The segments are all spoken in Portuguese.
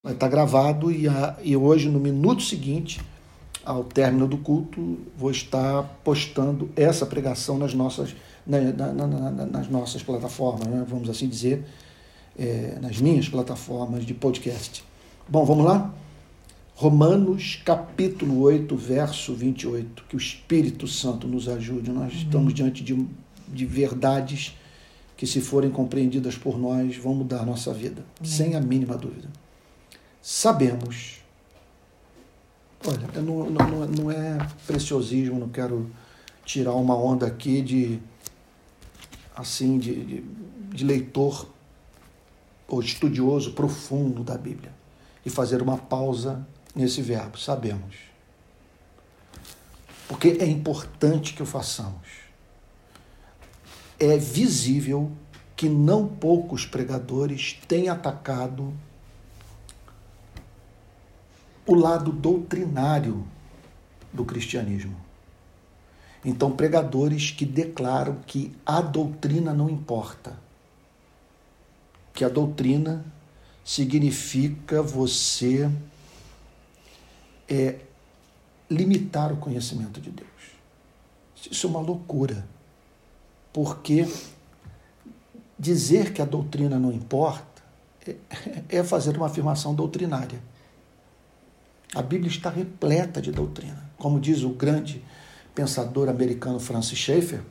vai estar gravado e hoje, no minuto seguinte, ao término do culto, vou estar postando essa pregação nas nossas plataformas, né? Vamos assim dizer, nas minhas plataformas de podcast. Bom, vamos lá? Romanos capítulo 8, verso 28. Que o Espírito Santo nos ajude. Nós estamos diante de verdades que, se forem compreendidas por nós, vão mudar a nossa vida, sem a mínima dúvida. Sabemos, olha, não é preciosismo, não quero tirar uma onda aqui de leitor ou estudioso profundo da Bíblia e fazer uma pausa nesse verbo, sabemos. Porque é importante que o façamos. É visível que não poucos pregadores têm atacado o lado doutrinário do cristianismo. Então, pregadores que declaram que a doutrina não importa, que a doutrina significa você limitar o conhecimento de Deus. Isso é uma loucura, porque dizer que a doutrina não importa é fazer uma afirmação doutrinária. A Bíblia está repleta de doutrina. Como diz o grande pensador americano Francis Schaeffer,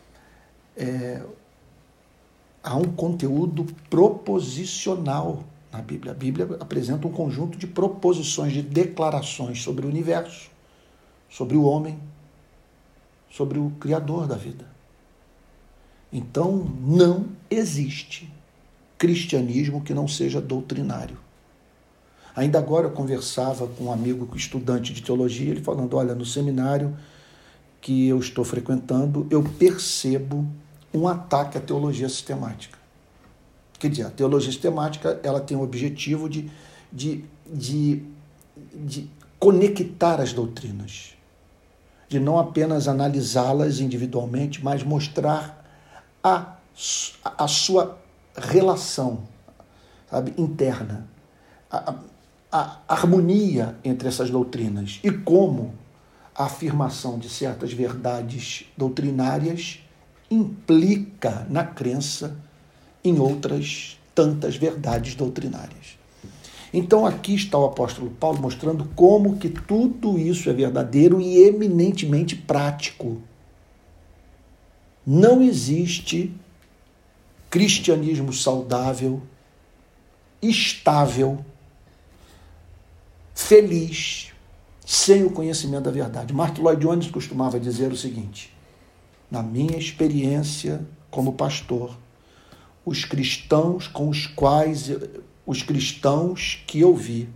há um conteúdo proposicional na Bíblia. A Bíblia apresenta um conjunto de proposições, de declarações sobre o universo, sobre o homem, sobre o Criador da vida. Então, não existe cristianismo que não seja doutrinário. Ainda agora eu conversava com um amigo estudante de teologia, ele falando, olha, no seminário que eu estou frequentando, eu percebo um ataque à teologia sistemática. Quer dizer, a teologia sistemática, ela tem o objetivo de conectar as doutrinas, de não apenas analisá-las individualmente, mas mostrar a sua relação, sabe, interna, a harmonia entre essas doutrinas e como a afirmação de certas verdades doutrinárias implica na crença em outras tantas verdades doutrinárias. Então aqui está o apóstolo Paulo mostrando como que tudo isso é verdadeiro e eminentemente prático. Não existe cristianismo saudável, estável, feliz, sem o conhecimento da verdade. Martin Lloyd-Jones costumava dizer o seguinte, na minha experiência como pastor, os cristãos que eu vi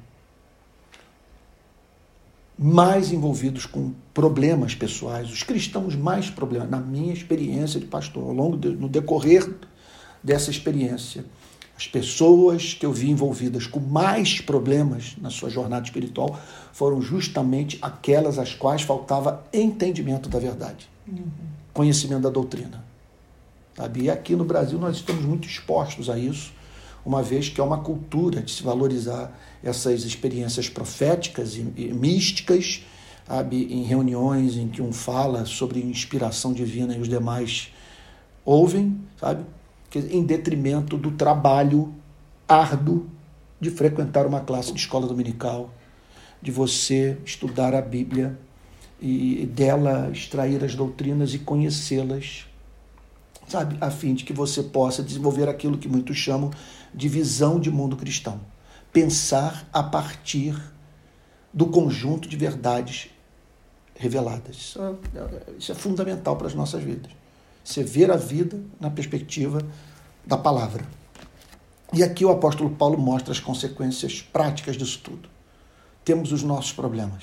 mais envolvidos com problemas pessoais, os cristãos mais problemas, na minha experiência de pastor, no decorrer dessa experiência, as pessoas que eu vi envolvidas com mais problemas na sua jornada espiritual foram justamente aquelas às quais faltava entendimento da verdade, conhecimento da doutrina. Sabe? E aqui no Brasil nós estamos muito expostos a isso, uma vez que é uma cultura de se valorizar essas experiências proféticas e místicas, sabe? Em reuniões em que um fala sobre inspiração divina e os demais ouvem, sabe? Em detrimento do trabalho árduo de frequentar uma classe de escola dominical, de você estudar a Bíblia e dela extrair as doutrinas e conhecê-las, sabe, a fim de que você possa desenvolver aquilo que muitos chamam de visão de mundo cristão. Pensar a partir do conjunto de verdades reveladas. Isso é fundamental para as nossas vidas. Você ver a vida na perspectiva da palavra. E aqui o apóstolo Paulo mostra as consequências práticas disso tudo. Temos os nossos problemas.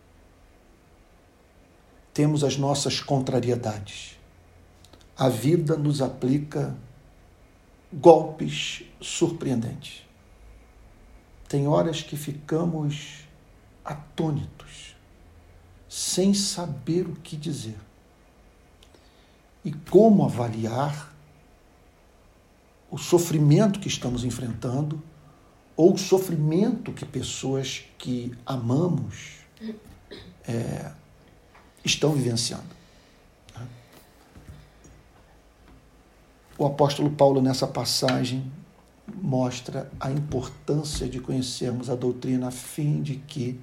Temos as nossas contrariedades. A vida nos aplica golpes surpreendentes. Tem horas que ficamos atônitos, sem saber o que dizer. E como avaliar o sofrimento que estamos enfrentando ou o sofrimento que pessoas que amamos estão vivenciando. O apóstolo Paulo, nessa passagem, mostra a importância de conhecermos a doutrina a fim de que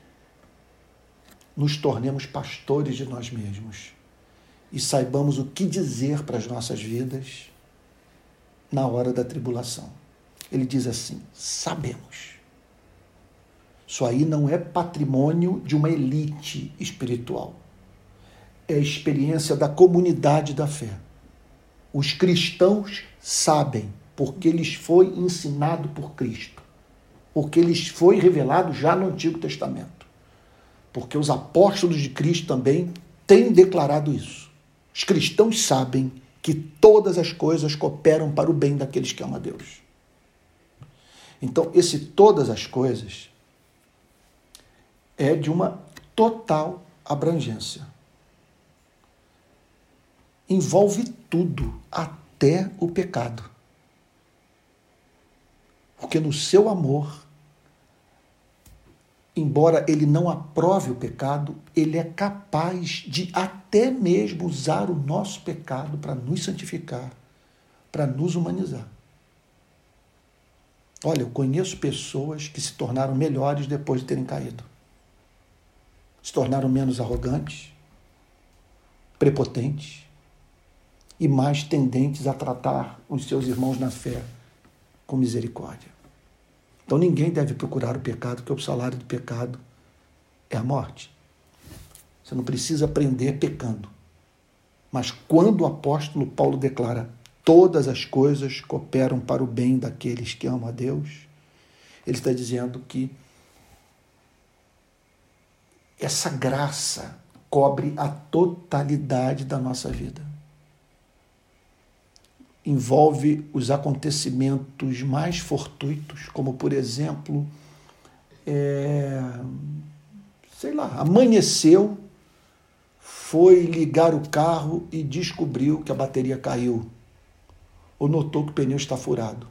nos tornemos pastores de nós mesmos e saibamos o que dizer para as nossas vidas na hora da tribulação. Ele diz assim: sabemos. Isso aí não é patrimônio de uma elite espiritual. É a experiência da comunidade da fé. Os cristãos sabem, porque lhes foi ensinado por Cristo, porque lhes foi revelado já no Antigo Testamento, porque os apóstolos de Cristo também têm declarado isso. Os cristãos sabem que todas as coisas cooperam para o bem daqueles que amam a Deus. Então, esse todas as coisas é de uma total abrangência. Envolve tudo, até o pecado. Porque no seu amor, embora ele não aprove o pecado, ele é capaz de até mesmo usar o nosso pecado para nos santificar, para nos humanizar. Olha, eu conheço pessoas que se tornaram melhores depois de terem caído. Se tornaram menos arrogantes, prepotentes e mais tendentes a tratar os seus irmãos na fé com misericórdia. Então ninguém deve procurar o pecado, porque o salário do pecado é a morte. Você não precisa aprender pecando. Mas quando o apóstolo Paulo declara todas as coisas cooperam para o bem daqueles que amam a Deus, ele está dizendo que essa graça cobre a totalidade da nossa vida. Envolve os acontecimentos mais fortuitos, como, por exemplo, amanheceu, foi ligar o carro e descobriu que a bateria caiu, ou notou que o pneu está furado.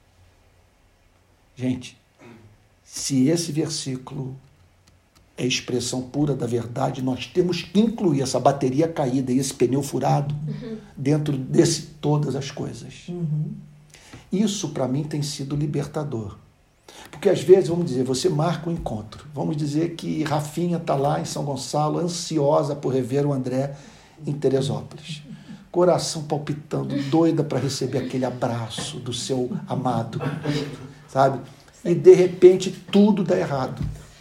Gente, se esse versículo é expressão pura da verdade, nós temos que incluir essa bateria caída e esse pneu furado dentro desse todas as coisas. Isso, para mim, tem sido libertador. Porque, às vezes, vamos dizer, você marca um encontro. Vamos dizer que Rafinha está lá em São Gonçalo, ansiosa por rever o André em Teresópolis. Coração palpitando, doida para receber aquele abraço do seu amado, sabe? E, de repente, tudo dá errado.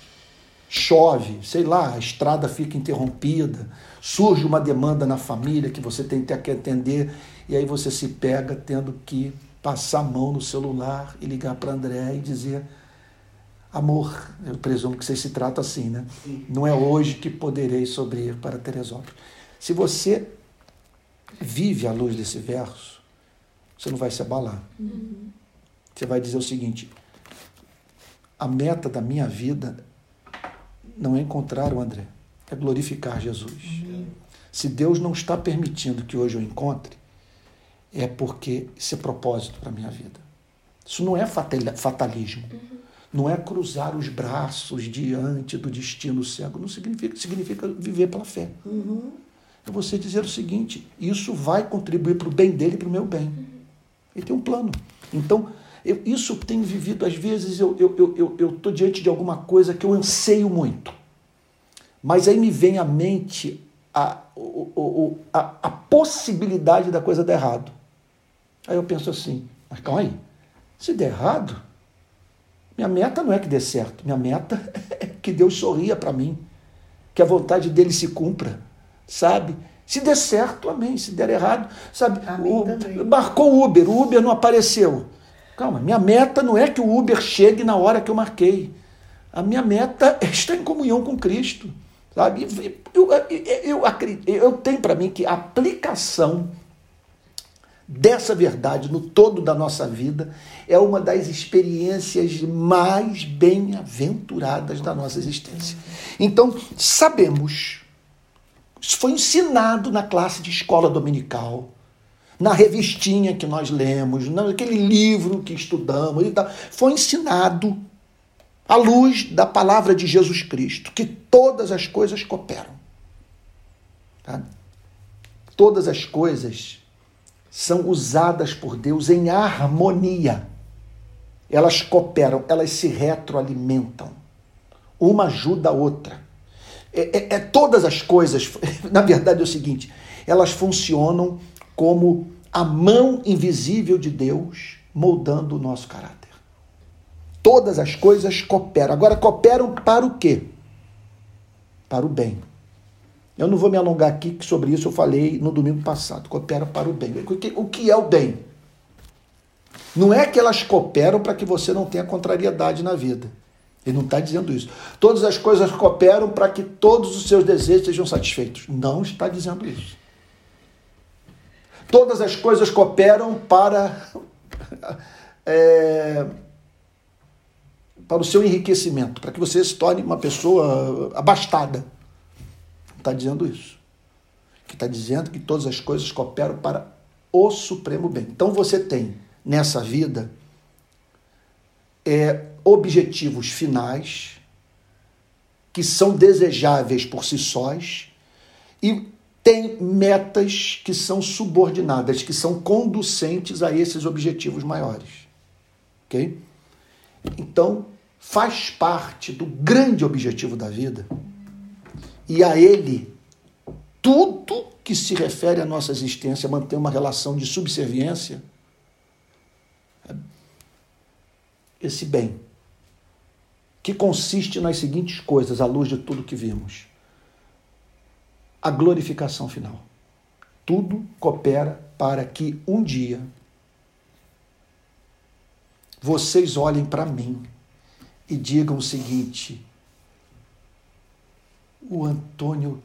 Chove, a estrada fica interrompida, surge uma demanda na família que você tem que atender, e aí você se pega tendo que passar a mão no celular e ligar para André e dizer: amor, eu presumo que vocês se tratam assim, né? Não é hoje que poderei ir para Teresópolis. Se você vive à luz desse verso, você não vai se abalar. Você vai dizer o seguinte: a meta da minha vida não é encontrar o André, é glorificar Jesus. Se Deus não está permitindo que hoje eu encontre, é porque isso é propósito para a minha vida. Isso não é fatalismo. Não é cruzar os braços diante do destino cego. Não significa viver pela fé. É você dizer o seguinte: isso vai contribuir para o bem dele e para o meu bem. Ele tem um plano. Então, isso tenho vivido, às vezes eu estou diante de alguma coisa que eu anseio muito, mas aí me vem à mente a possibilidade da coisa dar errado. Aí eu penso assim: mas calma aí, se der errado, minha meta não é que dê certo, minha meta é que Deus sorria para mim, que a vontade dele se cumpra, sabe? Se der certo, amém. Se der errado, sabe? Marcou o Uber não apareceu. Calma, minha meta não é que o Uber chegue na hora que eu marquei. A minha meta é estar em comunhão com Cristo, sabe? Eu tenho para mim que a aplicação dessa verdade no todo da nossa vida é uma das experiências mais bem-aventuradas da nossa existência. Então, sabemos, isso foi ensinado na classe de escola dominical, na revistinha que nós lemos, naquele livro que estudamos e tal. Foi ensinado, à luz da palavra de Jesus Cristo, que todas as coisas cooperam. Tá? Todas as coisas são usadas por Deus em harmonia. Elas cooperam, elas se retroalimentam. Uma ajuda a outra. Todas as coisas, na verdade é o seguinte, elas funcionam como a mão invisível de Deus moldando o nosso caráter. Todas as coisas cooperam. Agora, cooperam para o quê? Para o bem. Eu não vou me alongar aqui, que sobre isso eu falei no domingo passado. Cooperam para o bem. O que é o bem? Não é que elas cooperam para que você não tenha contrariedade na vida. Ele não está dizendo isso. Todas as coisas cooperam para que todos os seus desejos sejam satisfeitos. Não está dizendo isso. Todas as coisas cooperam para o seu enriquecimento, para que você se torne uma pessoa abastada. Não está dizendo isso. Que está dizendo que todas as coisas cooperam para o supremo bem. Então você tem nessa vida objetivos finais que são desejáveis por si sós e tem metas que são subordinadas, que são conducentes a esses objetivos maiores. Ok? Então, faz parte do grande objetivo da vida e a ele tudo que se refere à nossa existência manter uma relação de subserviência. Esse bem, que consiste nas seguintes coisas, à luz de tudo que vimos. A glorificação final. Tudo coopera para que um dia vocês olhem para mim e digam o seguinte: o Antônio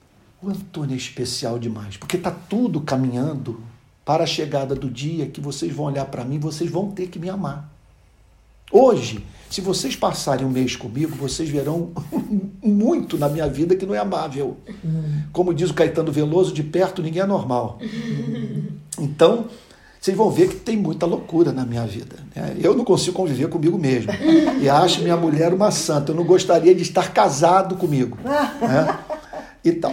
é especial demais, porque está tudo caminhando para a chegada do dia que vocês vão olhar para mim, vocês vão ter que me amar. Hoje, se vocês passarem um mês comigo, vocês verão muito na minha vida que não é amável. Como diz o Caetano Veloso, de perto ninguém é normal. Então, vocês vão ver que tem muita loucura na minha vida. Eu não consigo conviver comigo mesmo. E acho minha mulher uma santa. Eu não gostaria de estar casado comigo. Então,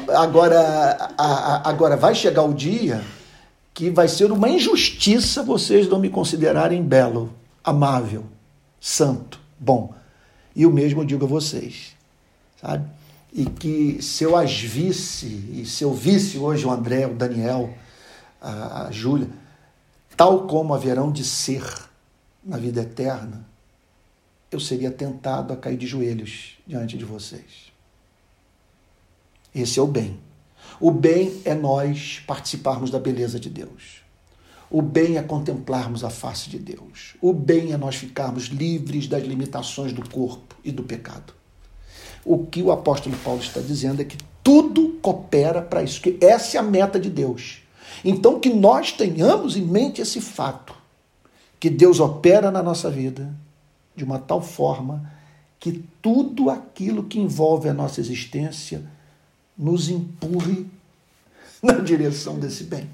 agora vai chegar o dia que vai ser uma injustiça vocês não me considerarem belo, amável, santo, bom. E o mesmo eu digo a vocês, sabe? E que se eu as visse, e se eu visse hoje o André, o Daniel, a Júlia, tal como haverão de ser na vida eterna, eu seria tentado a cair de joelhos diante de vocês. Esse é o bem. O bem é nós participarmos da beleza de Deus. O bem é contemplarmos a face de Deus. O bem é nós ficarmos livres das limitações do corpo e do pecado. O que o apóstolo Paulo está dizendo é que tudo coopera para isso, que essa é a meta de Deus. Então que nós tenhamos em mente esse fato, que Deus opera na nossa vida de uma tal forma que tudo aquilo que envolve a nossa existência nos empurre na direção desse bem.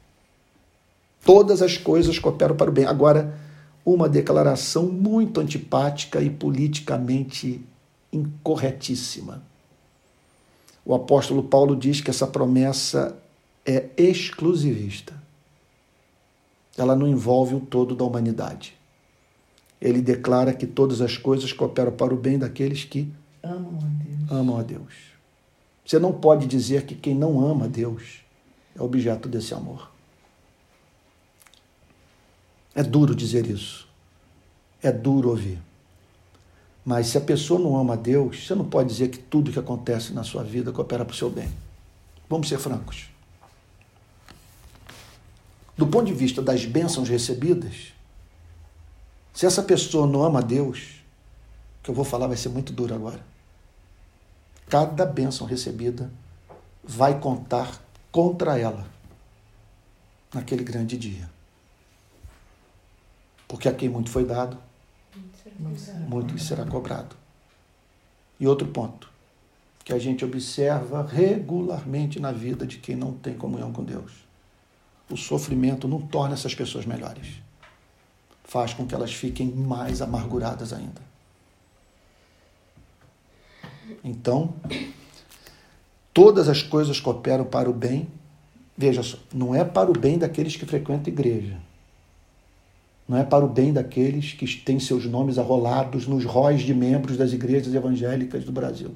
Todas as coisas cooperam para o bem. Agora, uma declaração muito antipática e politicamente incorretíssima. O apóstolo Paulo diz que essa promessa é exclusivista. Ela não envolve o todo da humanidade. Ele declara que todas as coisas cooperam para o bem daqueles que amam a Deus. Você não pode dizer que quem não ama a Deus é objeto desse amor. É duro dizer isso. É duro ouvir. Mas se a pessoa não ama a Deus, você não pode dizer que tudo que acontece na sua vida coopera para o seu bem. Vamos ser francos. Do ponto de vista das bênçãos recebidas, se essa pessoa não ama a Deus, o que eu vou falar vai ser muito duro agora. Cada bênção recebida vai contar contra ela naquele grande dia. Porque a quem muito foi dado, muito lhe será cobrado. E outro ponto, que a gente observa regularmente na vida de quem não tem comunhão com Deus. o sofrimento não torna essas pessoas melhores. Faz com que elas fiquem mais amarguradas ainda. Então, todas as coisas cooperam para o bem. Veja só, não é para o bem daqueles que frequentam a igreja. Não é para o bem daqueles que têm seus nomes arrolados nos róis de membros das igrejas evangélicas do Brasil.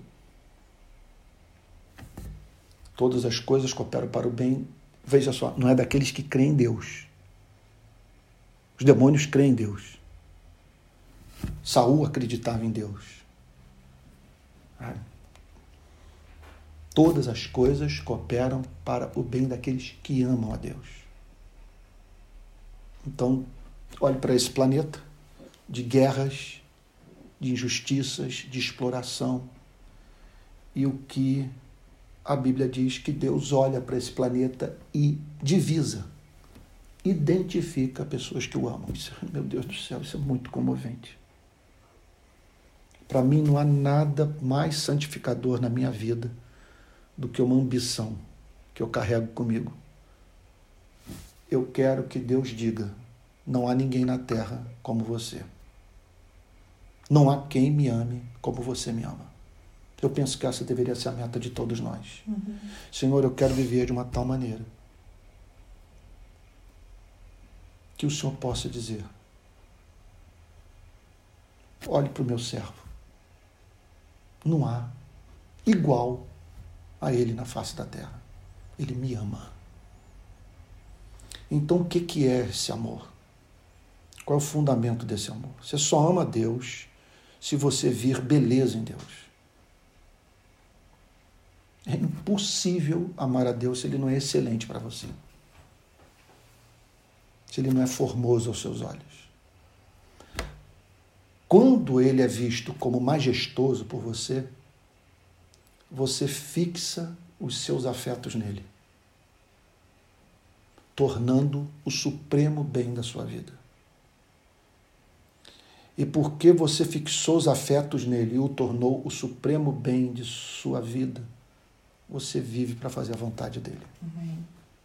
Todas as coisas cooperam para o bem. Veja só, não é daqueles que creem em Deus. Os demônios creem em Deus. Saul acreditava em Deus. Todas as coisas cooperam para o bem daqueles que amam a Deus. Então, olhe para esse planeta de guerras, de injustiças, de exploração. E o que a Bíblia diz que Deus olha para esse planeta e divisa, identifica pessoas que o amam. Isso, meu Deus do céu, isso é muito comovente. Para mim não há nada mais santificador na minha vida do que uma ambição que eu carrego comigo. Eu quero que Deus diga: não há ninguém na terra como você. Não há quem me ame como você me ama. Eu penso que essa deveria ser a meta de todos nós. Senhor, eu quero viver de uma tal maneira que o Senhor possa dizer: olhe para o meu servo. Não há igual a ele na face da terra. Ele me ama. Então, o que é esse amor? Qual é o fundamento desse amor? Você só ama Deus se você vir beleza em Deus. É impossível amar a Deus se Ele não é excelente para você. Se Ele não é formoso aos seus olhos. Quando Ele é visto como majestoso por você, você fixa os seus afetos nele, tornando o supremo bem da sua vida. E porque você fixou os afetos nele e o tornou o supremo bem de sua vida, você vive para fazer a vontade dele. Amém.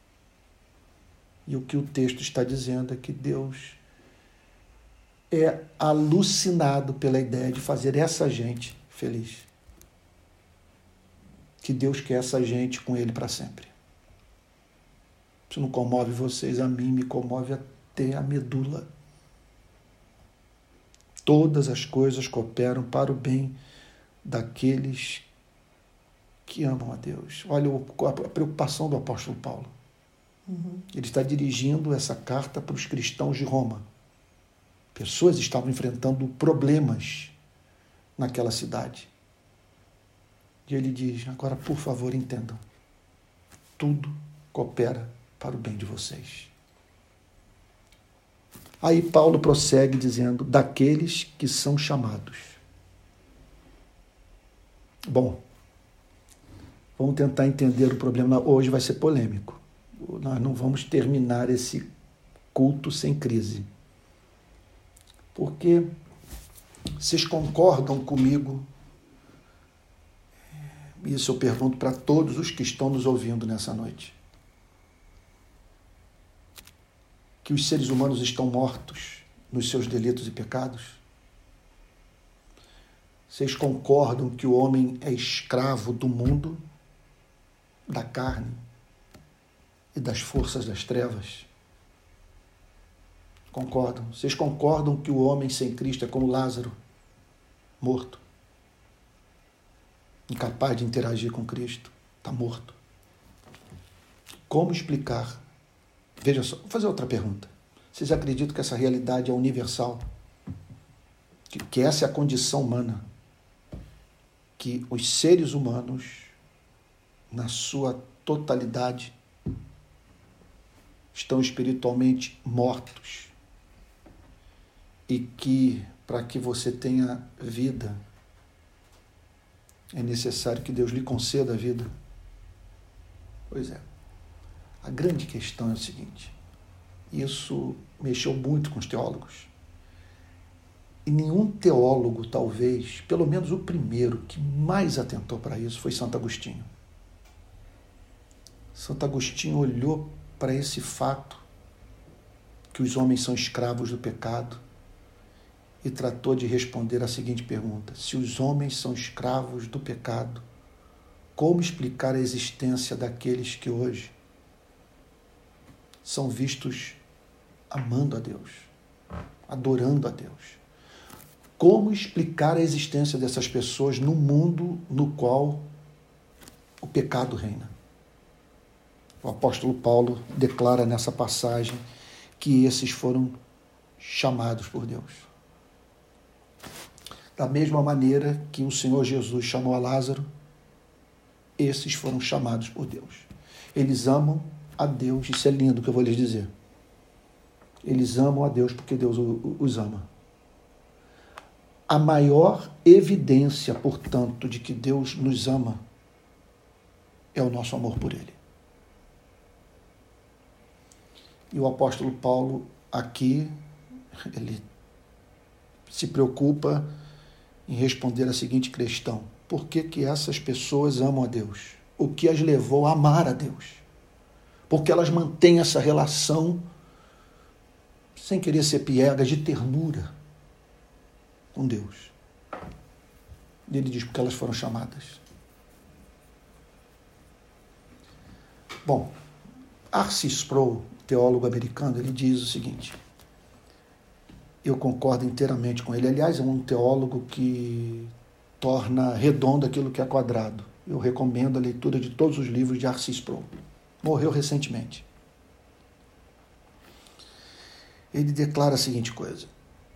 E o que o texto está dizendo é que Deus é alucinado pela ideia de fazer essa gente feliz. Que Deus quer essa gente com ele para sempre. Isso não comove vocês, a mim me comove até a medula. Todas as coisas cooperam para o bem daqueles que amam a Deus. Olha a preocupação do apóstolo Paulo. Ele está dirigindo essa carta para os cristãos de Roma. Pessoas estavam enfrentando problemas naquela cidade. E ele diz: agora, por favor, entendam. Tudo coopera para o bem de vocês. Aí Paulo prossegue dizendo: daqueles que são chamados. Bom, vamos tentar entender o problema. Hoje vai ser polêmico. Nós não vamos terminar esse culto sem crise. Porque vocês concordam comigo? Isso eu pergunto para todos os que estão nos ouvindo nessa noite. Que os seres humanos estão mortos nos seus delitos e pecados? Vocês concordam que o homem é escravo do mundo, da carne e das forças das trevas? Concordam? Vocês concordam que o homem sem Cristo é como Lázaro, morto? Incapaz de interagir com Cristo, está morto. Como explicar? Veja só, vou fazer outra pergunta. Vocês acreditam que essa realidade é universal? Que essa é a condição humana? Que os seres humanos, na sua totalidade, estão espiritualmente mortos? E que, para que você tenha vida, é necessário que Deus lhe conceda a vida? Pois é. A grande questão é o seguinte: isso mexeu muito com os teólogos. E nenhum teólogo, talvez, pelo menos o primeiro que mais atentou para isso, foi Santo Agostinho. Santo Agostinho olhou para esse fato que os homens são escravos do pecado e tratou de responder a seguinte pergunta: se os homens são escravos do pecado, como explicar a existência daqueles que hoje são vistos amando a Deus, adorando a Deus? Como explicar a existência dessas pessoas no mundo no qual o pecado reina? O apóstolo Paulo declara nessa passagem que esses foram chamados por Deus. Da mesma maneira que o Senhor Jesus chamou a Lázaro, esses foram chamados por Deus. Eles amam a Deus, isso é lindo que eu vou lhes dizer. Eles amam a Deus porque Deus os ama. A maior evidência, portanto, de que Deus nos ama é o nosso amor por Ele. E o apóstolo Paulo aqui, ele se preocupa em responder a seguinte questão: por que que essas pessoas amam a Deus? O que as levou a amar a Deus? Porque elas mantêm essa relação, sem querer ser piegas, de ternura com Deus. E ele diz porque elas foram chamadas. Bom, R.C. Sproul, teólogo americano, ele diz o seguinte, eu concordo inteiramente com ele. Aliás, é um teólogo que torna redondo aquilo que é quadrado. Eu recomendo a leitura de todos os livros de R.C. Sproul. Morreu recentemente. Ele declara a seguinte coisa: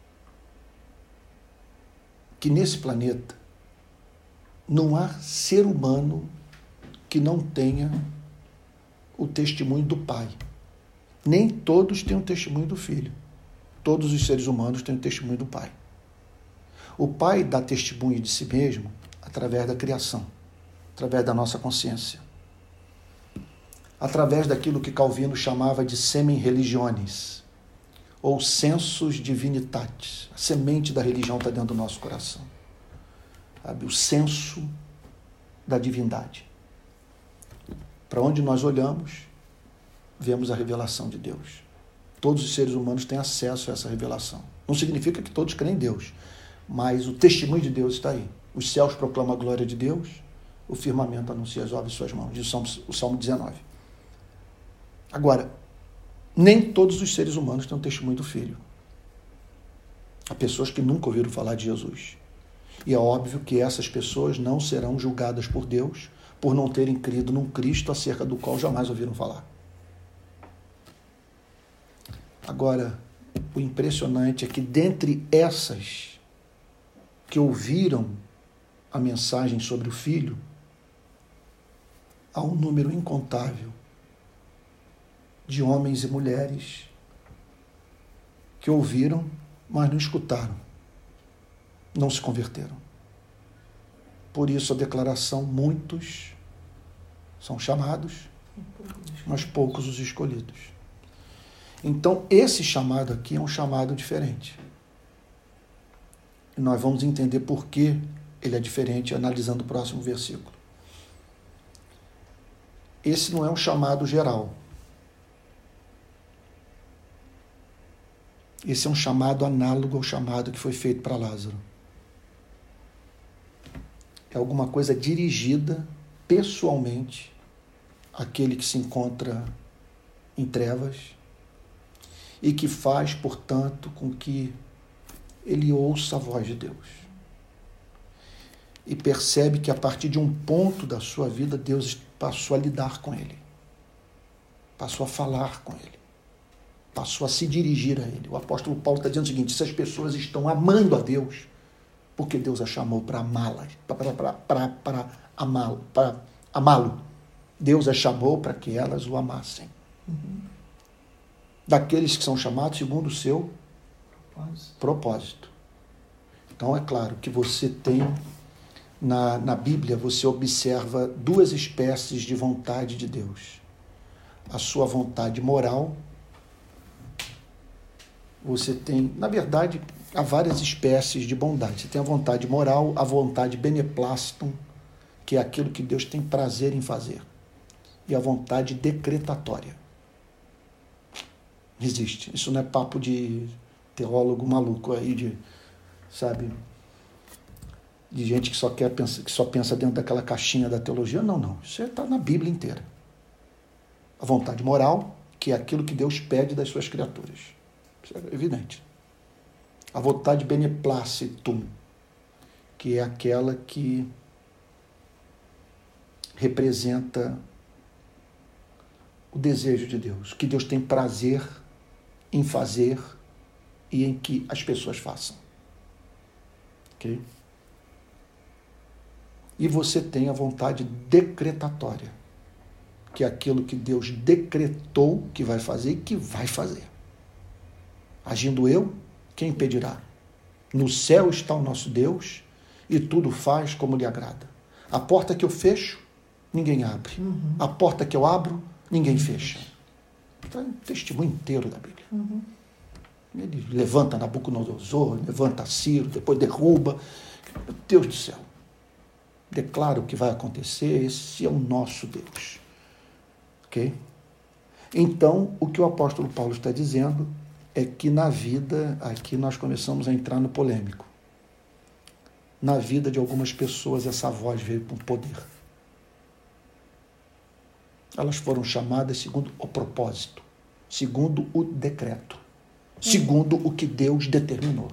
que nesse planeta não há ser humano que não tenha o testemunho do Pai. Nem todos têm o testemunho do Filho. Todos os seres humanos têm o testemunho do Pai. O Pai dá testemunho de si mesmo através da criação, através da nossa consciência, através daquilo que Calvino chamava de semen religionis, ou sensus divinitatis. A semente da religião está dentro do nosso coração. Sabe? O senso da divindade. Para onde nós olhamos, vemos a revelação de Deus. Todos os seres humanos têm acesso a essa revelação. Não significa que todos creem em Deus, mas o testemunho de Deus está aí. Os céus proclamam a glória de Deus, o firmamento anuncia as obras de suas mãos, diz o Salmo 19. Agora, nem todos os seres humanos têm o testemunho do Filho. Há pessoas que nunca ouviram falar de Jesus. E é óbvio que essas pessoas não serão julgadas por Deus por não terem crido num Cristo acerca do qual jamais ouviram falar. Agora, o impressionante é que dentre essas que ouviram a mensagem sobre o Filho, há um número incontável de homens e mulheres que ouviram, mas não escutaram, não se converteram. Por isso a declaração: muitos são chamados, mas poucos os escolhidos. Então, esse chamado aqui é um chamado diferente. E nós vamos entender por que ele é diferente analisando o próximo versículo. Esse não é um chamado geral. Esse é um chamado análogo ao chamado que foi feito para Lázaro. É alguma coisa dirigida pessoalmente àquele que se encontra em trevas e que faz, portanto, com que ele ouça a voz de Deus. E percebe que a partir de um ponto da sua vida, Deus passou a lidar com ele. Passou a falar com ele. Passou a se dirigir a ele. O apóstolo Paulo está dizendo o seguinte: essas pessoas estão amando a Deus porque Deus a chamou para amá-las, para amá-lo. Deus a chamou para que elas o amassem. Daqueles que são chamados segundo o seu propósito. Então é claro que você tem, na Bíblia, você observa duas espécies de vontade de Deus. A sua vontade moral. Você tem, na verdade, há várias espécies de bondade. Você tem a vontade moral, a vontade beneplácitum, que é aquilo que Deus tem prazer em fazer, e a vontade decretatória, Existe. Isso não é papo de teólogo maluco aí, sabe, de gente que só pensa dentro daquela caixinha da teologia. Não, não. Isso está na Bíblia inteira. A vontade moral, que é aquilo que Deus pede das suas criaturas. Isso é evidente. A vontade beneplacitum, que é aquela que representa o desejo de Deus, que Deus tem prazer em fazer e em que as pessoas façam. Ok? E você tem a vontade decretatória, que é aquilo que Deus decretou que vai fazer e que vai fazer. Agindo eu, quem impedirá? No céu está o nosso Deus e tudo faz como lhe agrada. A porta que eu fecho, ninguém abre. A porta que eu abro, ninguém fecha. Está um testemunho inteiro da Bíblia. Ele levanta Nabucodonosor, levanta Ciro, depois derruba. Meu Deus do céu. Declara o que vai acontecer. Esse é o nosso Deus. Ok? Então, o que o apóstolo Paulo está dizendo é que na vida, aqui nós começamos a entrar no polêmico. Na vida de algumas pessoas, essa voz veio com poder. Elas foram chamadas segundo o propósito, segundo o decreto, segundo o que Deus determinou.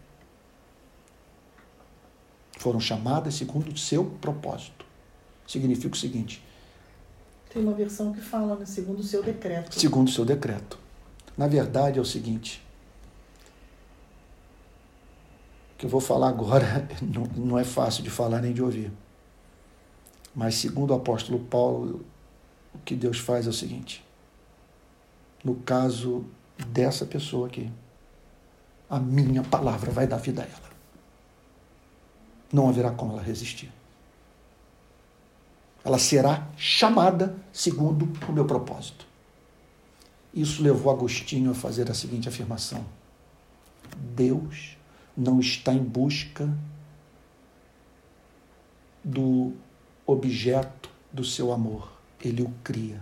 Foram chamadas segundo o seu propósito. Significa o seguinte: tem uma versão que fala, né? Segundo o seu decreto. Segundo o seu decreto. Na verdade é o seguinte, o que eu vou falar agora não é fácil de falar nem de ouvir. Mas segundo o apóstolo Paulo, o que Deus faz é o seguinte: no caso dessa pessoa aqui, a minha palavra vai dar vida a ela. Não haverá como ela resistir. Ela será chamada segundo o meu propósito. Isso levou Agostinho a fazer a seguinte afirmação: Deus não está em busca do objeto do seu amor. Ele o cria.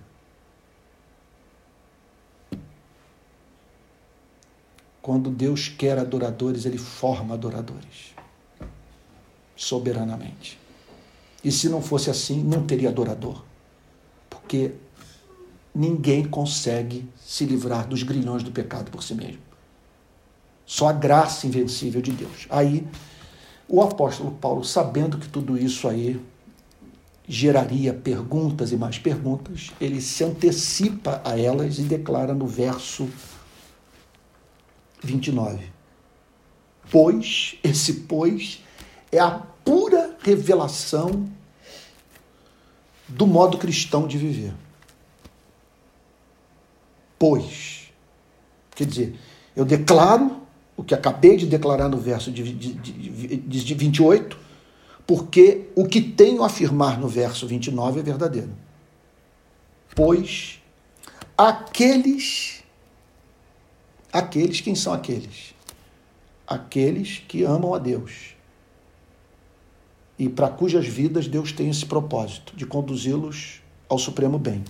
Quando Deus quer adoradores, Ele forma adoradores. Soberanamente. E se não fosse assim, não teria adorador. Porque ninguém consegue se livrar dos grilhões do pecado por si mesmo. Só a graça invencível de Deus. Aí, o apóstolo Paulo, sabendo que tudo isso aí geraria perguntas e mais perguntas, ele se antecipa a elas e declara no verso 29. Pois, esse pois é a pura revelação do modo cristão de viver. Pois, quer dizer, eu declaro o que acabei de declarar no verso de 28, porque o que tenho a afirmar no verso 29 é verdadeiro. Pois aqueles, quem são aqueles? Aqueles que amam a Deus e para cujas vidas Deus tem esse propósito de conduzi-los ao supremo bem.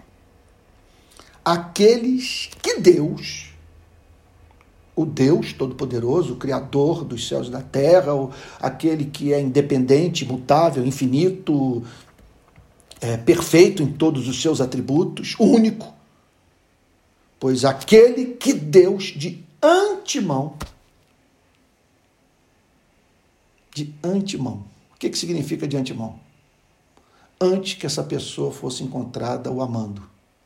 Aqueles que Deus, o Deus Todo-Poderoso, o Criador dos céus e da terra, aquele que é independente, imutável, infinito, perfeito em todos os seus atributos, único. Pois aquele que Deus de antemão, o que significa de antemão? Antes que essa pessoa fosse encontrada o amando.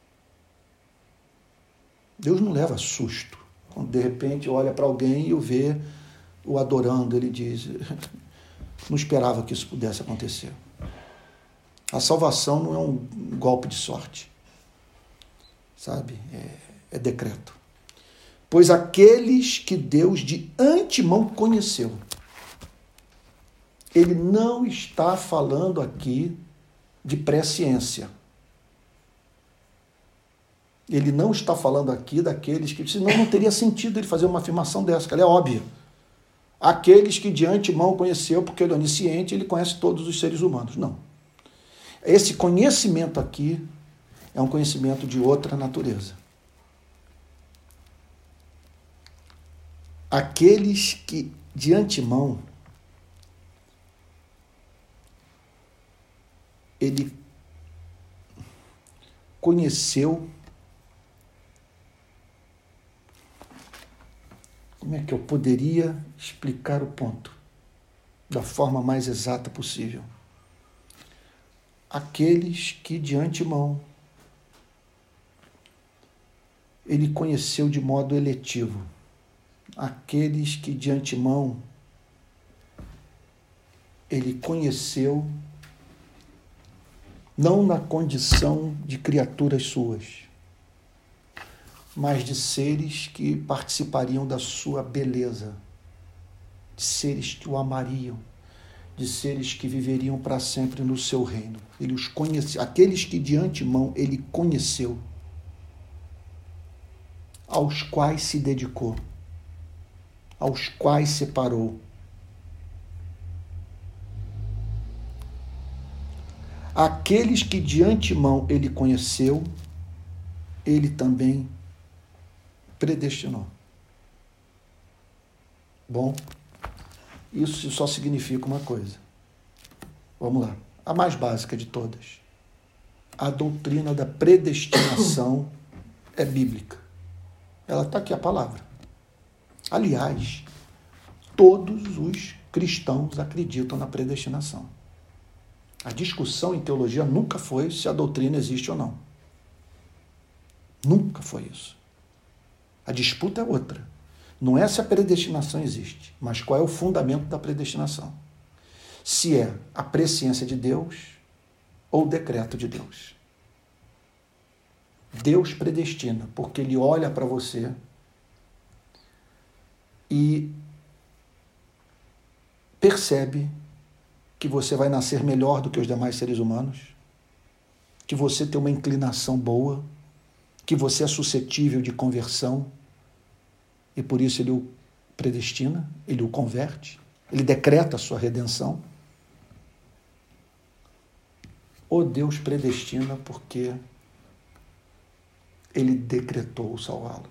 Deus não leva susto. Quando de repente olha para alguém e o vê o adorando, ele diz, não esperava que isso pudesse acontecer. A salvação não é um golpe de sorte, sabe? É decreto. Pois aqueles que Deus de antemão conheceu, ele não está falando aqui de presciência. Ele não está falando aqui daqueles que... Senão não teria sentido ele fazer uma afirmação dessa, que ela é óbvia. Aqueles que de antemão conheceu, porque ele é onisciente, ele conhece todos os seres humanos. Não. Esse conhecimento aqui é um conhecimento de outra natureza. aqueles que de antemão ele conheceu. Como é que eu poderia explicar o ponto da forma mais exata possível? Aqueles que de antemão ele conheceu de modo eletivo. Aqueles que de antemão ele conheceu não na condição de criaturas suas, mas de seres que participariam da sua beleza, de seres que o amariam, de seres que viveriam para sempre no seu reino. Ele os conheceu, aqueles que de antemão ele conheceu, aos quais se dedicou, aos quais separou. Aqueles que de antemão ele conheceu, ele também predestinou. Bom, isso só significa uma coisa. Vamos lá. A mais básica de todas. A doutrina da predestinação é bíblica. Ela está aqui a palavra. Aliás, todos os cristãos acreditam na predestinação. A discussão em teologia nunca foi se a doutrina existe ou não. Nunca foi isso. A disputa é outra. Não é se a predestinação existe, mas qual é o fundamento da predestinação. Se é a presciência de Deus ou o decreto de Deus. Deus predestina, porque Ele olha para você e percebe que você vai nascer melhor do que os demais seres humanos, que você tem uma inclinação boa, que você é suscetível de conversão, e por isso ele o predestina, ele o converte, ele decreta a sua redenção. Ou Deus predestina porque ele decretou salvá-lo.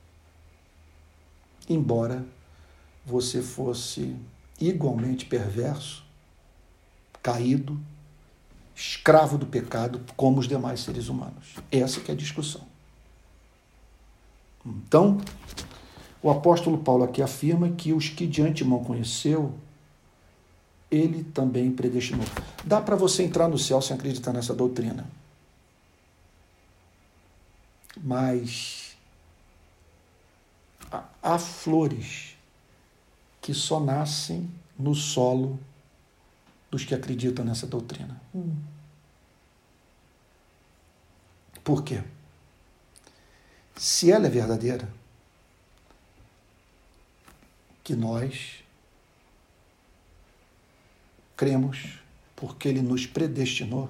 Embora você fosse igualmente perverso, caído, escravo do pecado, como os demais seres humanos. Essa que é a discussão. Então, o apóstolo Paulo aqui afirma que os que de antemão conheceu, ele também predestinou. Dá para você entrar no céu sem acreditar nessa doutrina. Mas há flores que só nascem no solo dos que acreditam nessa doutrina. Por quê? Se ela é verdadeira, que nós cremos porque ele nos predestinou.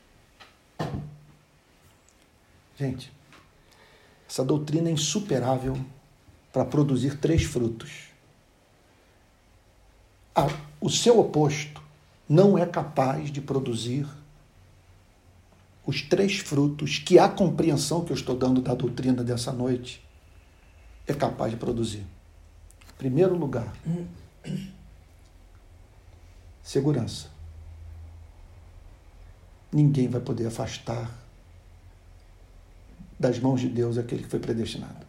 Gente, essa doutrina é insuperável para produzir 3 frutos. O seu oposto não é capaz de produzir os 3 frutos que a compreensão que eu estou dando da doutrina dessa noite é capaz de produzir. Em primeiro lugar, segurança. Ninguém vai poder afastar das mãos de Deus aquele que foi predestinado.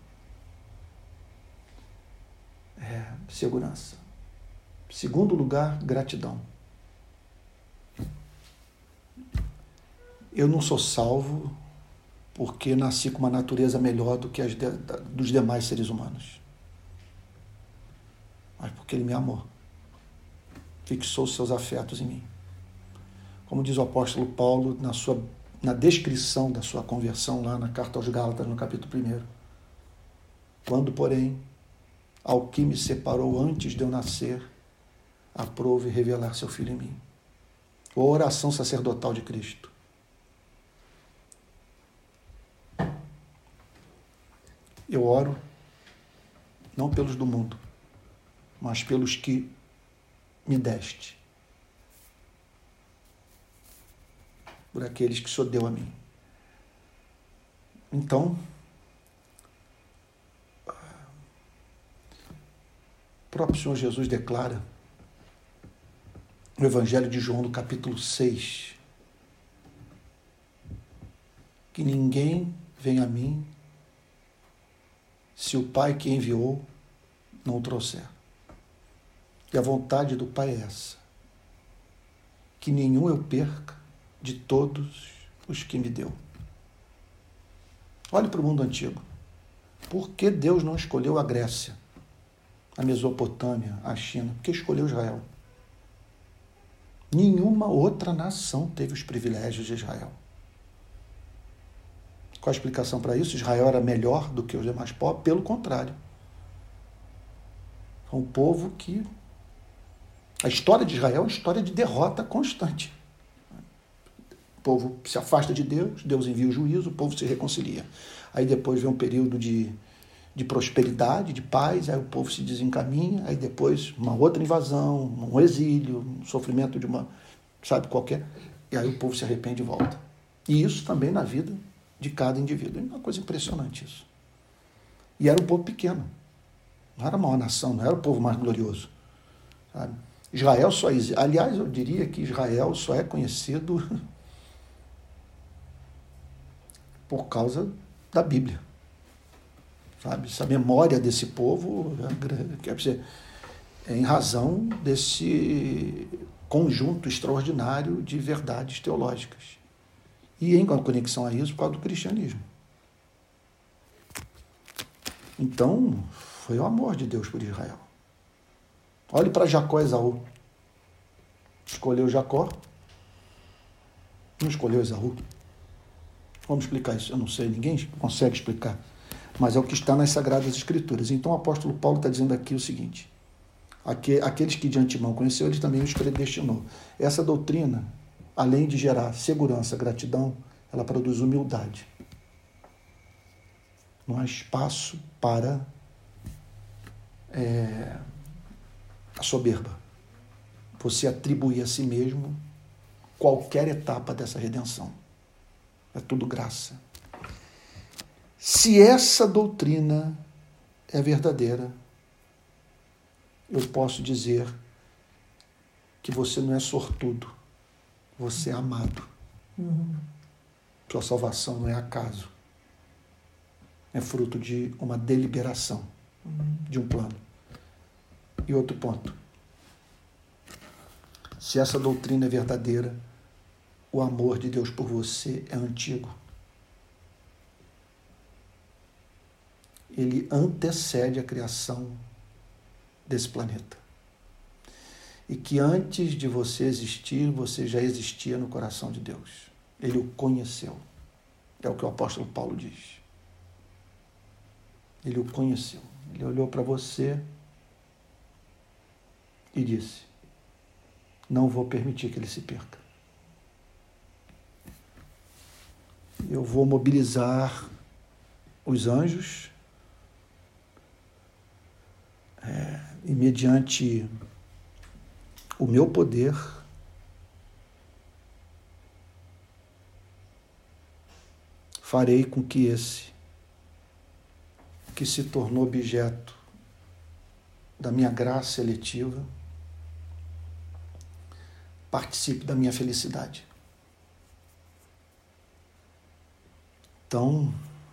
Segurança. Segundo lugar, gratidão. Eu não sou salvo porque nasci com uma natureza melhor do que a dos demais seres humanos. Mas porque ele me amou. Fixou seus afetos em mim. Como diz o apóstolo Paulo na descrição da sua conversão lá na carta aos Gálatas, no capítulo 1. Quando, porém, ao que me separou antes de eu nascer, aprove revelar seu Filho em mim. A oração sacerdotal de Cristo. Eu oro não pelos do mundo, mas pelos que me deste. Por aqueles que só deu a mim. Então, próprio Senhor Jesus declara no Evangelho de João, no capítulo 6, que ninguém vem a mim se o Pai que enviou não o trouxer. E a vontade do Pai é essa, que nenhum eu perca de todos os que me deu. Olhe para o mundo antigo. Por que Deus não escolheu a Grécia, a Mesopotâmia, a China? Porque escolheu Israel. Nenhuma outra nação teve os privilégios de Israel. Qual a explicação para isso? Israel era melhor do que os demais povos? Pelo contrário. É um povo que... A história de Israel é uma história de derrota constante. O povo se afasta de Deus, Deus envia o juízo, o povo se reconcilia. Aí depois vem um período de prosperidade, de paz, aí o povo se desencaminha, aí depois uma outra invasão, um exílio, um sofrimento de uma, sabe, qualquer, e aí o povo se arrepende e volta. E isso também na vida de cada indivíduo. É uma coisa impressionante isso. E era um povo pequeno. Não era a maior nação, não era o povo mais glorioso. Sabe? Israel só existe. Aliás, eu diria que Israel só é conhecido por causa da Bíblia. Sabe? Essa memória desse povo quer dizer, é em razão desse conjunto extraordinário de verdades teológicas. E em conexão a isso, por causa do cristianismo. Então, foi o amor de Deus por Israel. Olhe para Jacó e Esaú. Escolheu Jacó, não escolheu Esaú. Vamos explicar isso? Eu não sei, ninguém consegue explicar. Mas é o que está nas Sagradas Escrituras. Então o apóstolo Paulo está dizendo aqui o seguinte: aqueles que de antemão conheceu, ele também os predestinou. Essa doutrina, além de gerar segurança, gratidão, ela produz humildade. Não há espaço para a soberba. Você atribuir a si mesmo qualquer etapa dessa redenção. É tudo graça. Se essa doutrina é verdadeira, eu posso dizer que você não é sortudo, você é amado. Sua salvação não é acaso. É fruto de uma deliberação, de um plano. E outro ponto. Se essa doutrina é verdadeira, o amor de Deus por você é antigo. Ele antecede a criação desse planeta. E que antes de você existir, você já existia no coração de Deus. Ele o conheceu. É o que o apóstolo Paulo diz. Ele o conheceu. Ele olhou para você e disse: não vou permitir que ele se perca. Eu vou mobilizar os anjos e mediante o meu poder farei com que esse que se tornou objeto da minha graça eletiva participe da minha felicidade. Então,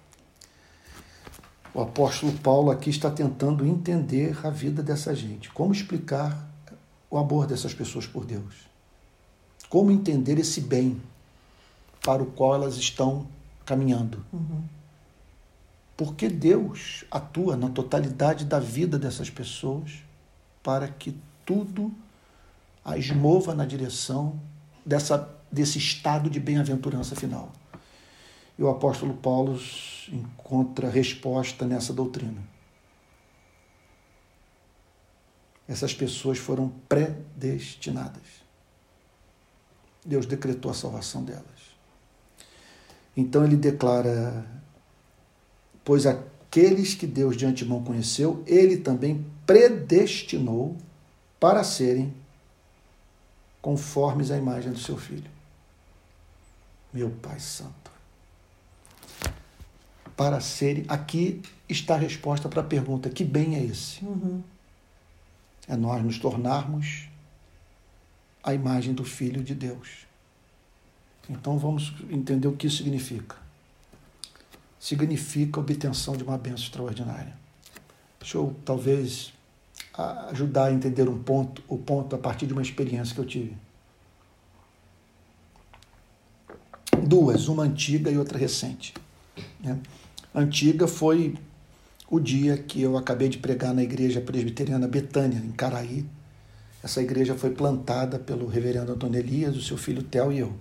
o apóstolo Paulo aqui está tentando entender a vida dessa gente. Como explicar o amor dessas pessoas por Deus? Como entender esse bem para o qual elas estão caminhando? Porque Deus atua na totalidade da vida dessas pessoas para que tudo as mova na direção desse estado de bem-aventurança final. E o apóstolo Paulo encontra resposta nessa doutrina. Essas pessoas foram predestinadas. Deus decretou a salvação delas. Então ele declara: pois aqueles que Deus de antemão conheceu, ele também predestinou para serem conformes à imagem do seu Filho. Meu Pai Santo. Para serem... Aqui está a resposta para a pergunta: que bem é esse? é nós nos tornarmos a imagem do Filho de Deus. Então vamos entender o que isso significa. Significa a obtenção de uma bênção extraordinária. Deixa eu, talvez, ajudar a entender o ponto a partir de uma experiência que eu tive. Duas, uma antiga e outra recente. A antiga foi o dia que eu acabei de pregar na igreja presbiteriana Betânia, em Caraí. Essa igreja foi plantada pelo reverendo Antônio Elias, o seu filho Theo e eu.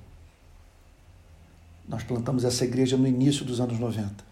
Nós plantamos essa igreja no início dos anos 90.